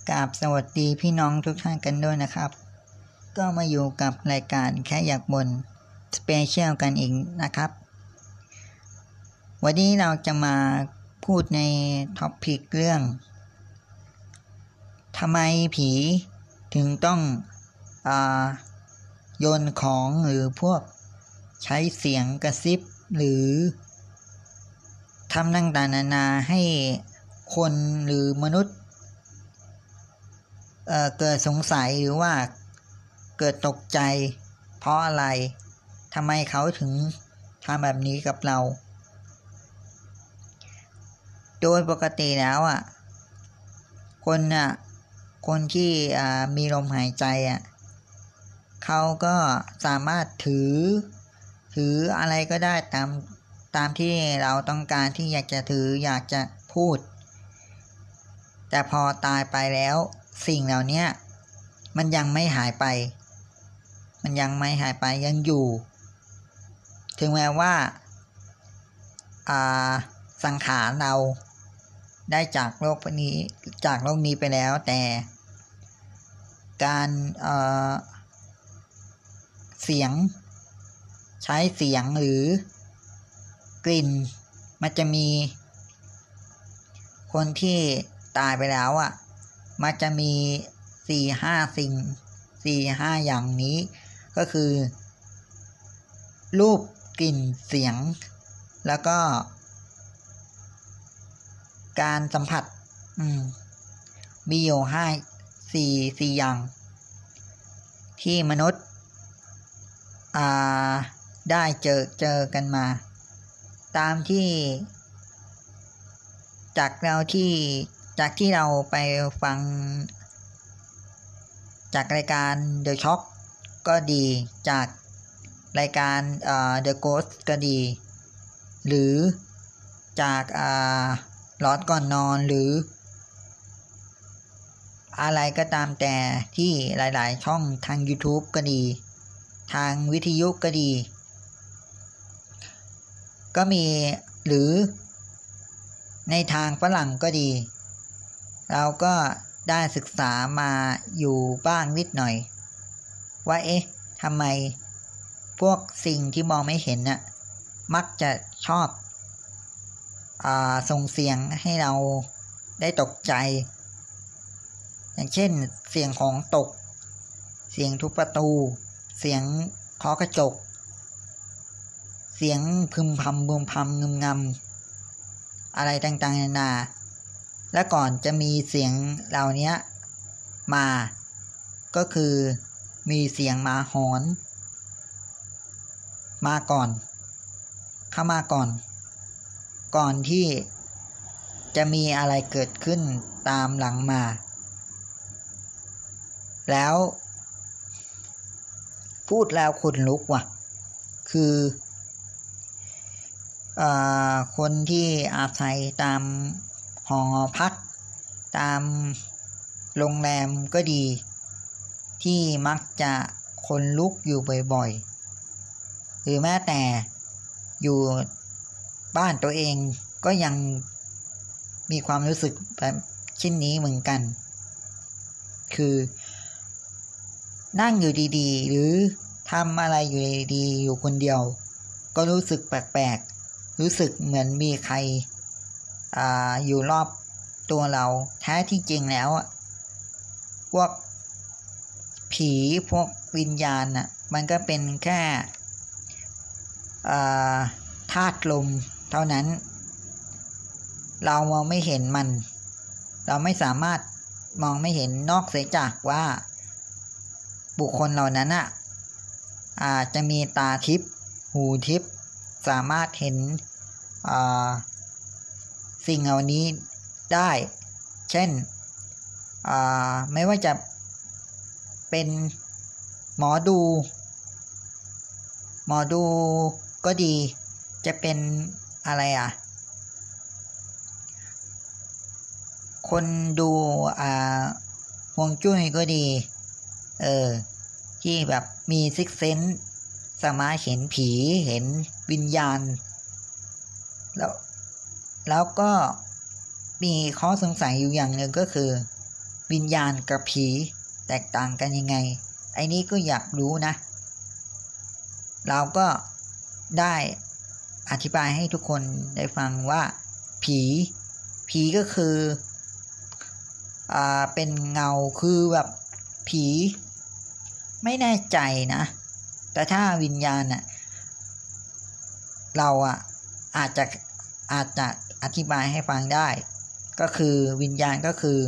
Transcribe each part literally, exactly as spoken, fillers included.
กราบสวัสดีพี่น้องทุกท่านกันด้วยนะครับก็มาอยู่กับรายการแค่อยากบ่นสเปเชียลกันอีกนะครับวันนี้เราจะมาพูดในท็อปิกเรื่องทำไมผีถึงต้องอ่าโยนของหรือพวกใช้เสียงกระซิบหรือทำต่างๆนานาให้คนหรือมนุษย์เอ่อเกิดสงสัยหรือว่าเกิดตกใจเพราะอะไรทำไมเขาถึงทำแบบนี้กับเราโดยปกติแล้วอ่ะคนอ่ะคนที่อ่ามีลมหายใจอ่ะเขาก็สามารถถือถืออะไรก็ได้ตามตามที่เราต้องการที่อยากจะถืออยากจะพูดแต่พอตายไปแล้วสิ่งเหล่านี้มันยังไม่หายไปมันยังไม่หายไปยังอยู่ถึงแม้ว่าอ่าสังขารเราได้จากโลกนี้จากโลกนี้ไปแล้วแต่การเอ่อเสียงใช้เสียงหรือกลิ่นมันจะมีคนที่ตายไปแล้วอ่ะมันจะมีสี่ห้าสิ่งสี่ห้าอย่างนี้ก็คือรูปกลิ่นเสียงแล้วก็การสัมผัสอืมมีอยู่ห้าสี่สี่อย่างที่มนุษย์อ่าได้เจอเจอกันมาตามที่จากเราที่จากที่เราไปฟังจากรายการ The Shock ก็ดีจากรายการเอ่อ The Ghost ก็ดีหรือจากอ่าหลอนก่อนนอนหรืออะไรก็ตามแต่ที่หลายๆช่องทาง YouTube ก็ดีทางวิทยุก็ดีก็มีหรือในทางฝรั่งก็ดีเราก็ได้ศึกษามาอยู่บ้างนิดหน่อยว่าเอ๊ะทำไมพวกสิ่งที่มองไม่เห็นน่ะมักจะชอบอ่าส่งเสียงให้เราได้ตกใจอย่างเช่นเสียงของตกเสียงทุบประตูเสียงเคาะกระจกเสียงพึมพำบึมพำงึมงำอะไรต่างๆนานาและก่อนจะมีเสียงเหล่านี้มาก็คือมีเสียงหมาหอนมาก่อนเข้ามาก่อนก่อนที่จะมีอะไรเกิดขึ้นตามหลังมาแล้วพูดแล้วขนลุกว่ะคือเอ่อคนที่อาศัยตามหอพักตามโรงแรมก็ดีที่มักจะขนลุกอยู่บ่อยๆหรือแม้แต่อยู่บ้านตัวเองก็ยังมีความรู้สึกแบบเช่นนี้เหมือนกันคือนั่งอยู่ดีๆหรือทำอะไรอยู่ดีๆอยู่คนเดียวก็รู้สึกแปลกๆรู้สึกเหมือนมีใครอ่าอยู่รอบตัวเราแท้ที่จริงแล้วอ่ะพวกผีพวกวิญญาณน่ะมันก็เป็นแค่อ่าธาตุลมเท่านั้นเรามองไม่เห็นมันเราไม่สามารถมองไม่เห็นนอกเสียจากว่าบุคคลเหล่านั้นอ่ะอาจจะมีตาทิพย์หูทิพย์สามารถเห็นอ่าสิ่งเหล่านี้ได้เช่นอ่าไม่ว่าจะเป็นหมอดูหมอดูก็ดีจะเป็นอะไรอ่ะคนดูอ่าฮวงจุ้ยก็ดีเออที่แบบมีซิกเซนส์สามารถเห็นผีเห็นวิญญาณแล้วแล้วก็มีข้อสงสัยอยู่อย่างหนึ่งก็คือวิญญาณกับผีแตกต่างกันยังไงไอ้นี้ก็อยากรู้นะเราก็ได้อธิบายให้ทุกคนได้ฟังว่าผีผีก็คืออ่าเป็นเงาคือแบบผีไม่แน่ใจนะแต่ถ้าวิญญาณน่ะเราอ่ะอาจจะอาจจะอธิบายให้ฟังได้ก็คือวิญญาณก็คือ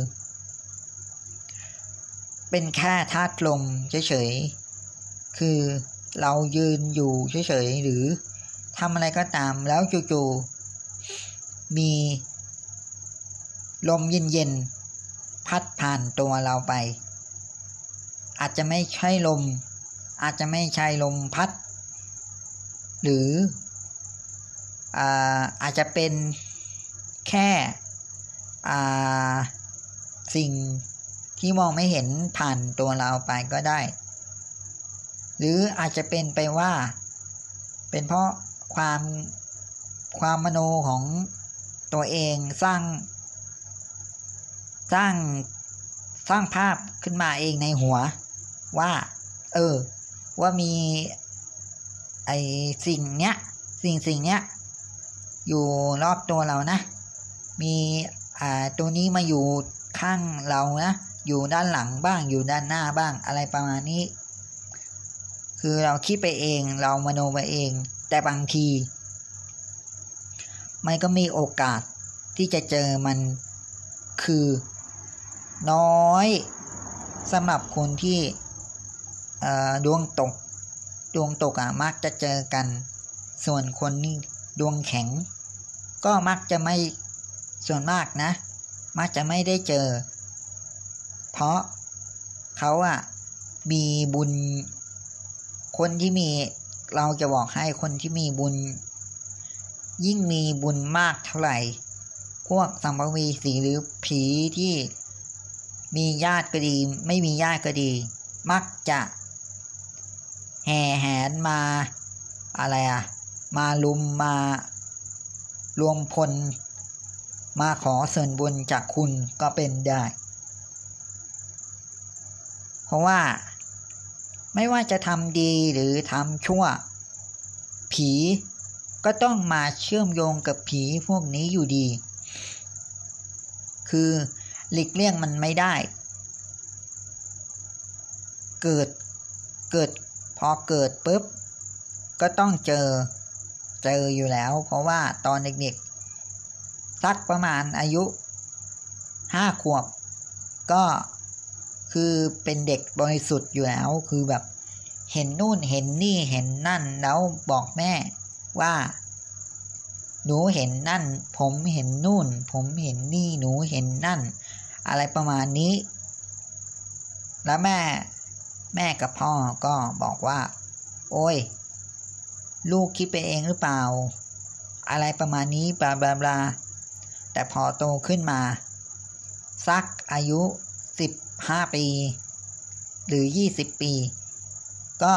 เป็นแค่ธาตุลมเฉยๆคือเรายืนอยู่เฉยๆหรือทำอะไรก็ตามแล้วจู่ๆมีลมเย็นๆพัดผ่านตัวเราไปอาจจะไม่ใช่ลมอาจจะไม่ใช่ลมพัดหรืออ่าอาจจะเป็นแค่อ่าสิ่งที่มองไม่เห็นผ่านตัวเราไปก็ได้หรืออาจจะเป็นไปว่าเป็นเพราะความความมโนของตัวเองสร้างสร้างสร้างภาพขึ้นมาเองในหัวว่าเออว่ามีไอสิ่งเนี้ยสิ่งสิ่งเนี้ยอยู่รอบตัวเรานะมีอ่าตัวนี้มาอยู่ข้างเรานะอยู่ด้านหลังบ้างอยู่ด้านหน้าบ้างอะไรประมาณนี้คือเราคิดไปเองเรามโนไปเองแต่บางทีมันก็มีโอกาสที่จะเจอมันคือน้อยสำหรับคนที่ดวงตกดวงตกอ่ะมักจะเจอกันส่วนคนนี่ดวงแข็งก็มักจะไม่ส่วนมากนะมักจะไม่ได้เจอเพราะเขาอ่ะมีบุญคนที่มีเราจะบอกให้คนที่มีบุญยิ่งมีบุญมากเท่าไหร่พวกสัมภเวสีหรือผีที่มีญาติก็ดีไม่มีญาติก็ดีมักจะแห่แหนมาอะไรอ่ะมาลุมมารวมพลมาขอส่วนบุญจากคุณก็เป็นได้เพราะว่าไม่ว่าจะทำดีหรือทำชั่วผีก็ต้องมาเชื่อมโยงกับผีพวกนี้อยู่ดีคือหลีกเลี่ยงมันไม่ได้เกิดเกิดพอเกิดปุ๊บก็ต้องเจอเจออยู่แล้วเพราะว่าตอนเด็กๆสักประมาณอายุห้าขวบก็คือเป็นเด็กบริสุทธิ์อยู่แล้วคือแบบเห็นนู่นเห็นนี่เห็นนั่นแล้วบอกแม่ว่าหนูเห็นนั่นผมเห็นนู่นผมเห็นนี่หนูเห็นนั่นอะไรประมาณนี้แล้วแม่แม่กับพ่อก็บอกว่าโอ้ยลูกคิดไปเองหรือเปล่าอะไรประมาณนี้บลาบลาบลาแต่พอโตขึ้นมาสักอายุสิบห้าปีหรือยี่สิบปีก็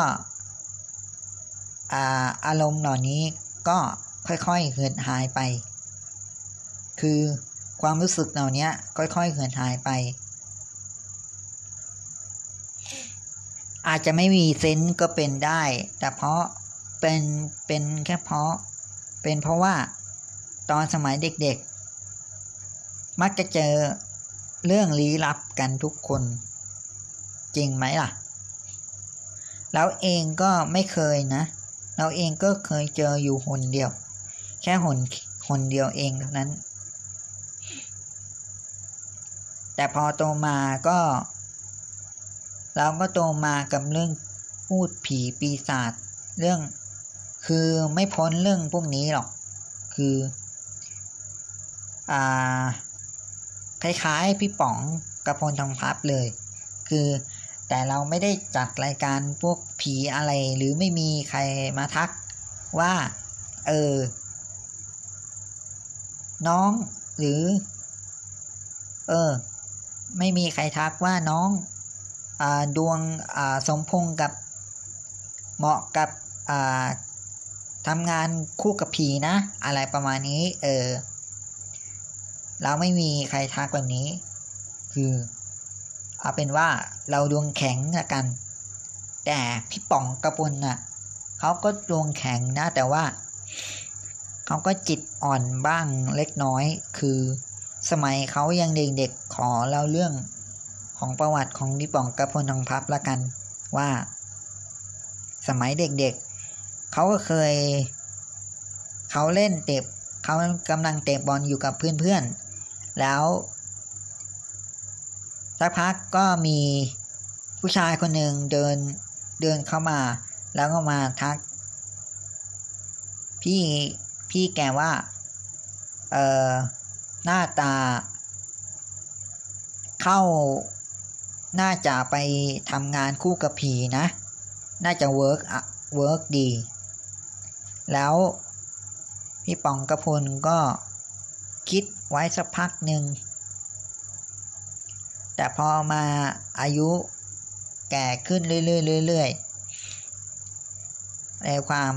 อ่าอารมณ์เหล่านี้ก็ค่อยๆเหือดหายไปคือความรู้สึกเหล่านี้ค่อยๆเหือดหายไปอาจจะไม่มีเซนส์ก็เป็นได้แต่เพราะเป็นเป็นแค่เพราะเป็นเพราะว่าตอนสมัยเด็กๆมักจะเจอเรื่องลี้ลับกันทุกคนจริงไหมล่ะเราเองก็ไม่เคยนะเราเองก็เคยเจออยู่หนเดียวแค่หนหนเดียวเองเท่านั้นแต่พอโตมาก็เราก็โตมากับเรื่องพูดผีปีศาจเรื่องคือไม่พ้นเรื่องพวกนี้หรอกคืออ่าคล้ายๆพี่ป๋องกับพลทองพับเลยคือแต่เราไม่ได้จัดรายการพวกผีอะไรหรือไม่มีใครมาทักว่าเออน้องหรือเออไม่มีใครทักว่าน้องอ่าดวงอ่าสมพงษ์กับเหมาะกับอ่าทำงานคู่กับผีนะอะไรประมาณนี้เออเราไม่มีใครทักแบบนี้คือเอาเป็นว่าเราดวงแข็งละกันแต่พี่ป๋องกระพลน่ะเขาก็ดวงแข็งนะแต่ว่าเขาก็จิตอ่อนบ้างเล็กน้อยคือสมัยเขายังเด็กๆขอเล่าเรื่องของประวัติของพี่ป๋องกระพลทองพับละกันว่าสมัยเด็กๆเขาก็เคยเขาเล่นเตะเขากำลังเตะบอลอยู่กับเพื่อนๆแล้วสักพักก็มีผู้ชายคนหนึ่งเดินเดินเข้ามาแล้วก็มาทักพี่พี่แกว่าเอ่อหน้าตาเข้าน่าจะไปทำงานคู่กับผีนะน่าจะเวิร์กอะเวิร์กดีแล้วพี่ป๋องกระพลก็คิดไว้สักพักหนึ่งแต่พอมาอายุแก่ขึ้นเรื่อยๆเรื่อยๆในความ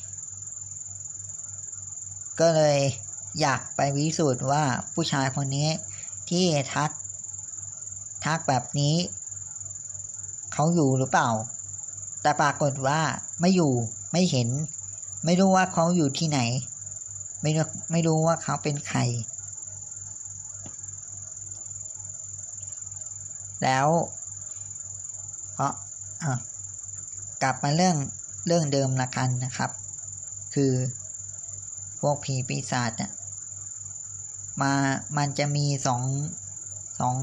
ก็เลยอยากไปพิสูจน์ว่าผู้ชายคนนี้ที่ทักทักแบบนี้เขาอยู่หรือเปล่าแต่ปรากฏว่าไม่อยู่ไม่เห็นไม่รู้ว่าเขาอยู่ที่ไหนไม่รู้ไม่รู้ว่าเขาเป็นใครแล้วเพราะอ่ะกลับมาเรื่องเรื่องเดิมละกันนะครับคือพวกผีปีศาจเนี่ยมามันจะมีสองสอง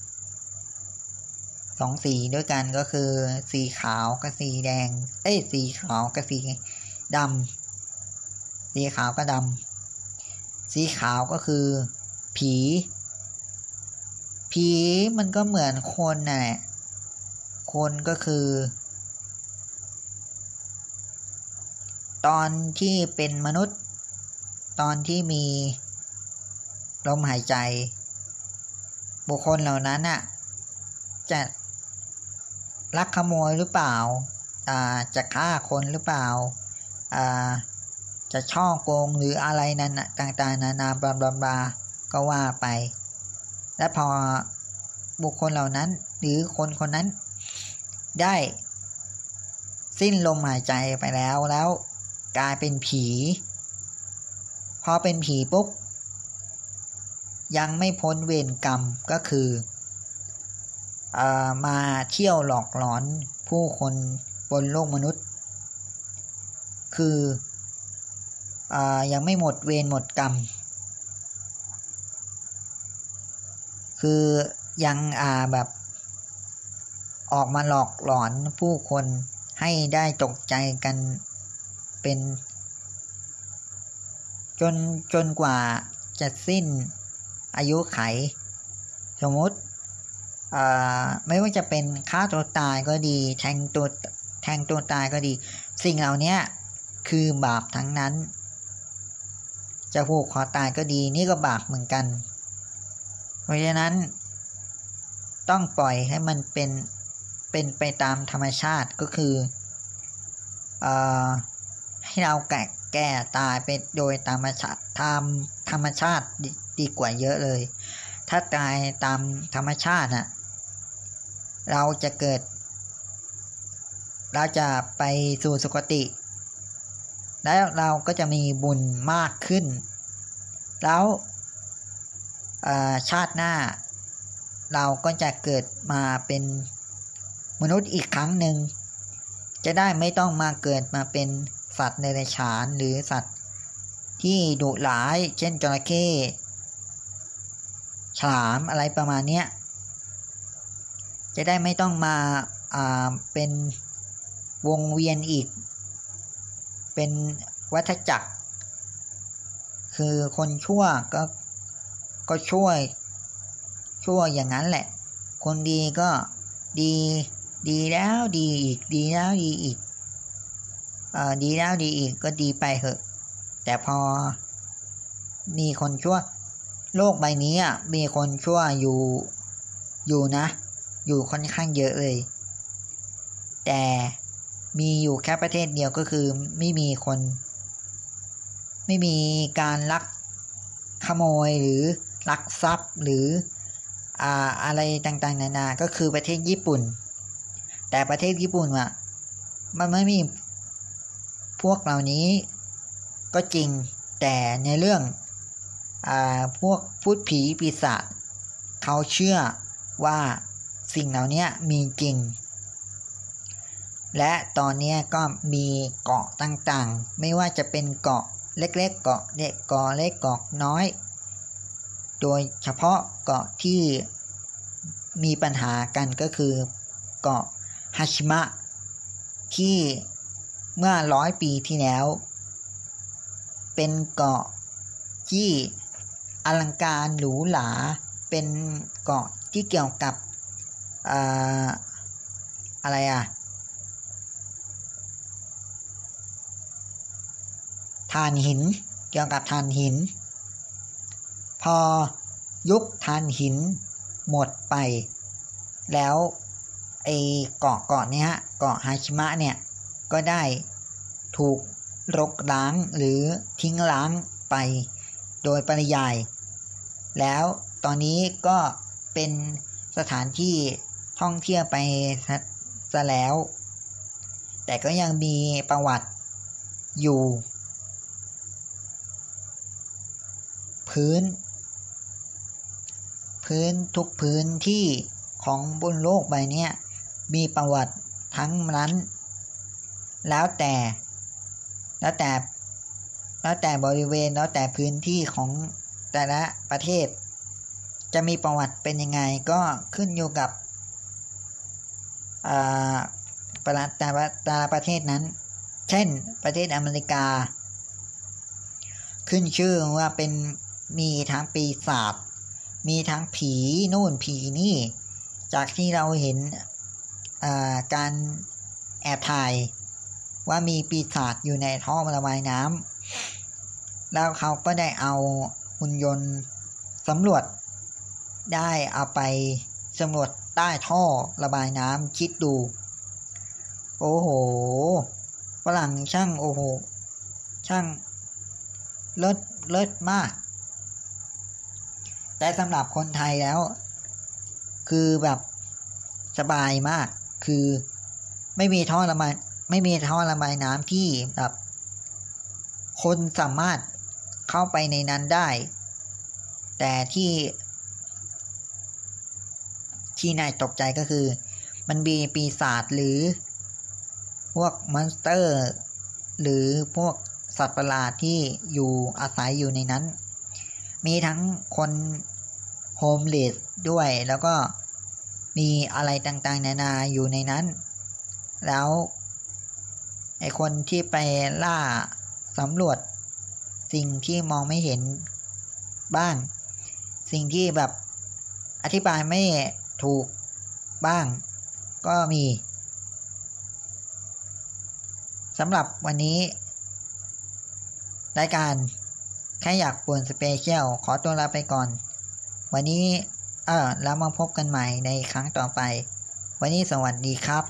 สองสีด้วยกันก็คือสีขาวกับสีแดงเอ้ยสีขาวกับสีดำสีขาวกับดำสีขาวก็คือผีผีมันก็เหมือนคนน่ะแหละคนก็คือตอนที่เป็นมนุษย์ตอนที่มีลมหายใจบุคคลเหล่านั้นน่ะจะลักขโมยหรือเปล่าอ่าจะฆ่าคนหรือเปล่าอ่าจะช่อโกงหรืออะไรนั้นต่างๆนานาบลาบลาบลาก็ว่าไปและพอบุคคลเหล่านั้นหรือคนคนนั้นได้สิ้นลมหายใจไปแล้วแล้วกลายเป็นผีพอเป็นผีปุ๊บยังไม่พ้นเวรกรรมก็คือเอ่อมาเที่ยวหลอกหลอนผู้คนบนโลกมนุษย์คือเอ่อยังไม่หมดเวรหมดกรรมคือยังอ่าแบบออกมาหลอกหลอนผู้คนให้ได้ตกใจกันเป็นจนจนกว่าจะสิ้นอายุไขสมมติอ่าไม่ว่าจะเป็นฆ่าตัวตายก็ดีแทงตัวแทงตัวตายก็ดีสิ่งเหล่านี้คือบาปทั้งนั้นจะผูกคอตายก็ดีนี่ก็บาปเหมือนกันเพราะฉะนั้นต้องปล่อยให้มันเป็นเป็นไปตามธรรมชาติก็คือเอ่อให้เราแก่แก่ตายไปโดยธรรมชาติตามธรรมชาติด, ดีกว่าเยอะเลยถ้าตายตามธรรมชาติน่ะเราจะเกิดเราจะไปสู่สุคติแล้วเราก็จะมีบุญมากขึ้นแล้วชาติหน้าเราก็จะเกิดมาเป็นมนุษย์อีกครั้งหนึ่งจะได้ไม่ต้องมาเกิดมาเป็นสัตว์เดรัจฉานหรือสัตว์ที่ดุร้ายเช่นจระเข้ฉลามอะไรประมาณนี้จะได้ไม่ต้องมาอ่าเป็นวงเวียนอีกเป็นวัฏจักรคือคนชั่วก็ก็ช่วยชั่วอย่างนั้นแหละคนดีก็ดีดีแล้วดีอีกดีแล้วดีอีกเอ่อดีแล้วดีอีกก็ดีไปเถอะแต่พอมีคนชั่วโลกใบนี้อ่ะมีคนชั่วอยู่อยู่นะอยู่ค่อนข้างเยอะเลยแต่มีอยู่แค่ประเทศเดียวก็คือไม่มีคนไม่มีการลักขโมยหรือลักทรัพย์หรืออ่าอะไรต่างๆนานาก็คือประเทศญี่ปุ่นแต่ประเทศญี่ปุ่นอ่ะมันไม่มีพวกเหล่านี้ก็จริงแต่ในเรื่องอ่าพวกพูดผีปีศาจเขาเชื่อว่าสิ่งเหล่านี้มีจริงและตอนนี้ก็มีเกาะต่างๆไม่ว่าจะเป็นเกาะเล็กๆเกาะเล็กเกาะเล็กเกาะน้อยโดยเฉพาะเกาะที่มีปัญหากันก็คือเกาะฮาชิมะที่เมื่อร้อยปีที่แล้วเป็นเกาะที่อลังการหรูหราเป็นเกาะที่เกี่ยวกับอ่าอะไรอ่ะถ่านหินเกี่ยวกับถ่านหินพอยุคถ่านหินหมดไปแล้วไอเกาะเกาะเนี้ยเกาะฮาชิมะเนี่ยก็ได้ถูกรกร้างหรือทิ้งร้างไปโดยปริยายแล้วตอนนี้ก็เป็นสถานที่ท่องเที่ยวไปซะแล้วแต่ก็ยังมีประวัติอยู่พื้นพื้นทุกพื้นที่ของบนโลกใบนี้มีประวัติทั้งนั้นแล้วแต่แล้วแต่แล้วแต่บริเวณแล้วแต่พื้นที่ของแต่ละประเทศจะมีประวัติเป็นยังไงก็ขึ้นอยู่กับอ่าประแต่ละประเทศนั้นเช่นประเทศอเมริกาขึ้นชื่อว่าเป็นมีทั้งปีศาจมีทั้งผีนู่นผีนี่จากที่เราเห็นการแอบถ่ายว่ามีปีศาจอยู่ในท่อระบายน้ำแล้วเขาก็ได้เอาหุ่นยนต์สำรวจได้เอาไปสำรวจใต้ท่อระบายน้ำคิดดูโอ้โหฝรั่งช่างโอ้โหช่างเลิศเลิศมากแต่สำหรับคนไทยแล้วคือแบบสบายมากคือไม่มีท่อระบายไม่มีท่อระบายน้ำที่แบบคนสามารถเข้าไปในนั้นได้แต่ที่ที่น่าตกใจก็คือมันมีปีศาจหรือพวกมอนสเตอร์หรือพวกสัตว์ประหลาดที่อยู่อาศัยอยู่ในนั้นมีทั้งคนโฮมเลสด้วยแล้วก็มีอะไรต่างๆนานาอยู่ในนั้นแล้วไอ้คนที่ไปล่าสำรวจสิ่งที่มองไม่เห็นบ้างสิ่งที่แบบอธิบายไม่ถูกบ้างก็มีสำหรับวันนี้รายการแค่อยากป่วนสเปเชียลขอตัวลาไปก่อนวันนี้เออแล้วมาพบกันใหม่ในครั้งต่อไปวันนี้สวัสดีครับ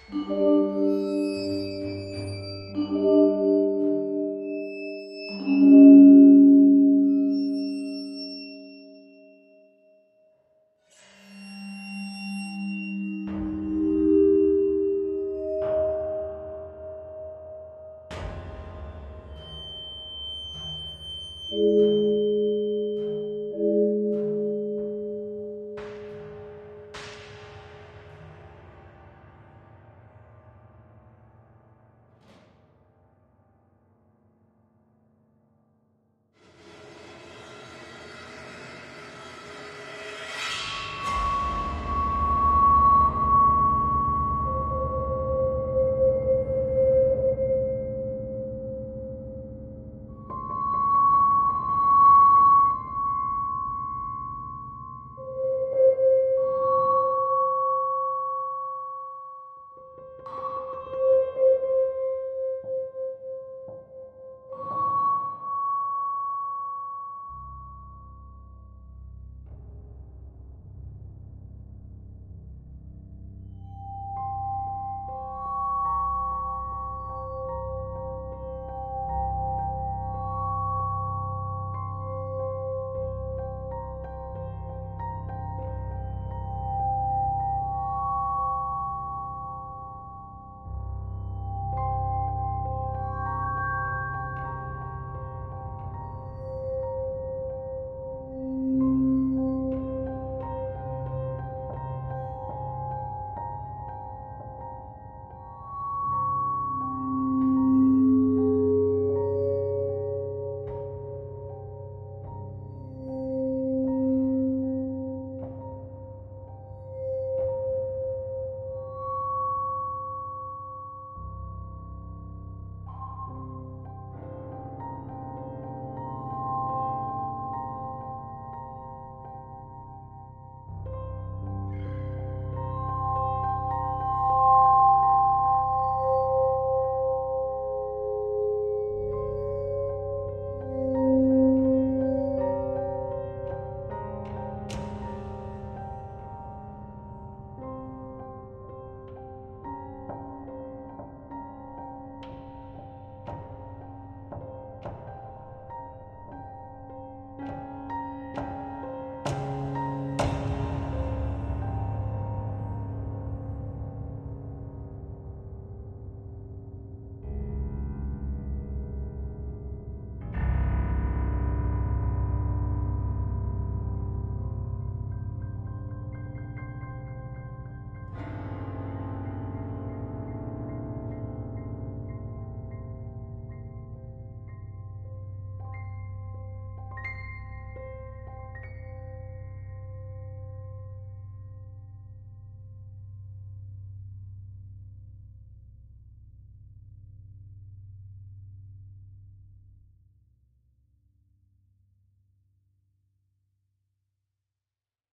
Thank you.